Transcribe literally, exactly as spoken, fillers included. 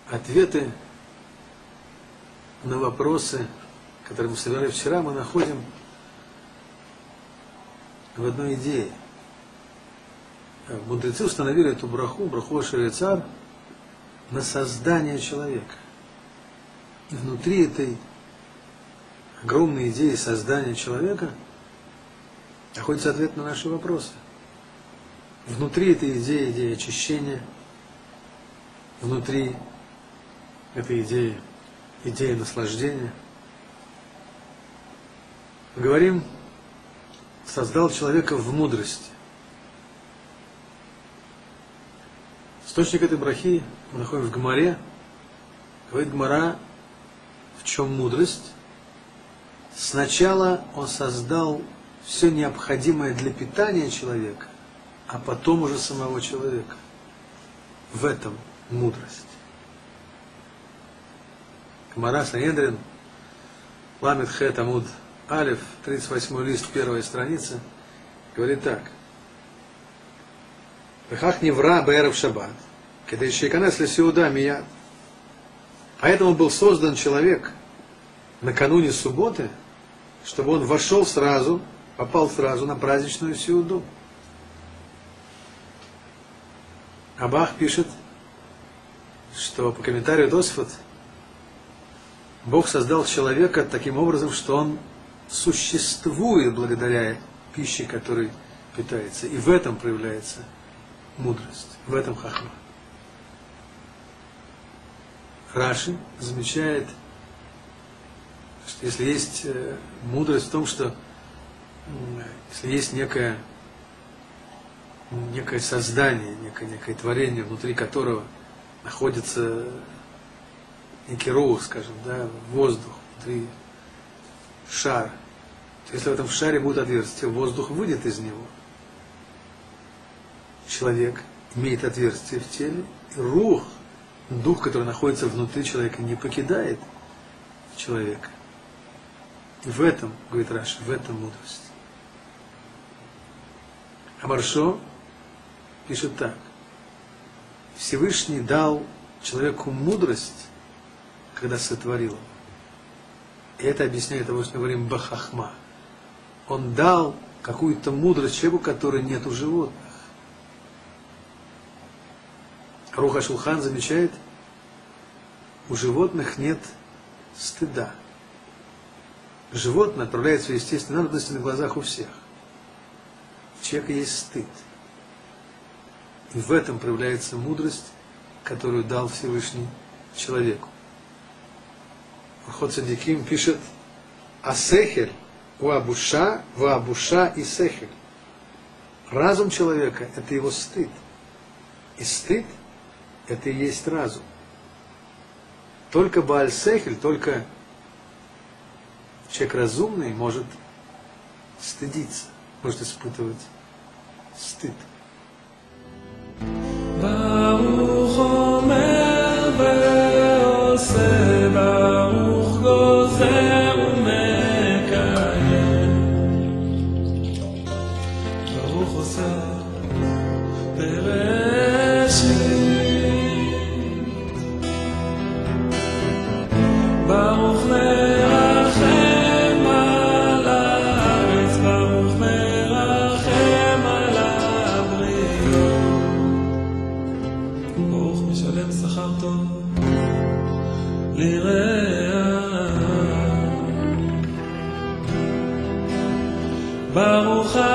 ответы на вопросы, которые мы собирали вчера, мы находим в одной идее. Мудрецы установили эту браху, браху Шевецар, на создание человека. И внутри этой огромной идеи создания человека находится ответ на наши вопросы. Внутри этой идеи, идеи очищения, внутри этой идеи, идеи наслаждения. Мы говорим, создал человека в мудрости. Источник этой брахи мы находим в Гемаре. Говорит Гемара, в чем мудрость? Сначала он создал все необходимое для питания человека, а потом уже самого человека. В этом мудрость. Гемара Санедрин, Ламед Хет Амуд Алеф, тридцать восьмой лист, первая страница, говорит так. Вехах невра бэров шаббат, когда еще иконес лесиуда мия. Поэтому был создан человек накануне субботы, чтобы он вошел сразу, попал сразу на праздничную сиуду. Абах пишет, что по комментарию Тосфот Бог создал человека таким образом, что он существует благодаря пище, которой питается. И в этом проявляется мудрость, в этом хахма. Раши замечает, что если есть мудрость в том, что если есть некое, некое создание, некое, некое творение, внутри которого находится некий рух, скажем, да, воздух, внутри шар, то если в этом шаре будет отверстие, воздух выйдет из него. Человек имеет отверстие в теле, и рух, дух, который находится внутри человека, не покидает человека. И в этом, говорит Раши, в этом мудрость. А Маршо пишет так. Всевышний дал человеку мудрость, когда сотворил его. И это объясняет того, что мы говорим бахахма. Он дал какую-то мудрость человеку, которой нет у животных. Руха Шулхан замечает, у животных нет стыда. Животное отправляет свои естественные надобности на глазах у всех. У человека есть стыд. И в этом проявляется мудрость, которую дал Всевышний человеку. Орхот Цадиким пишет, асехель у абуша, в абуша и сехель. Разум человека – это его стыд. И стыд – это и есть разум. Только Бааль Сехель, только человек разумный может стыдиться, может испытывать стыд. Baruch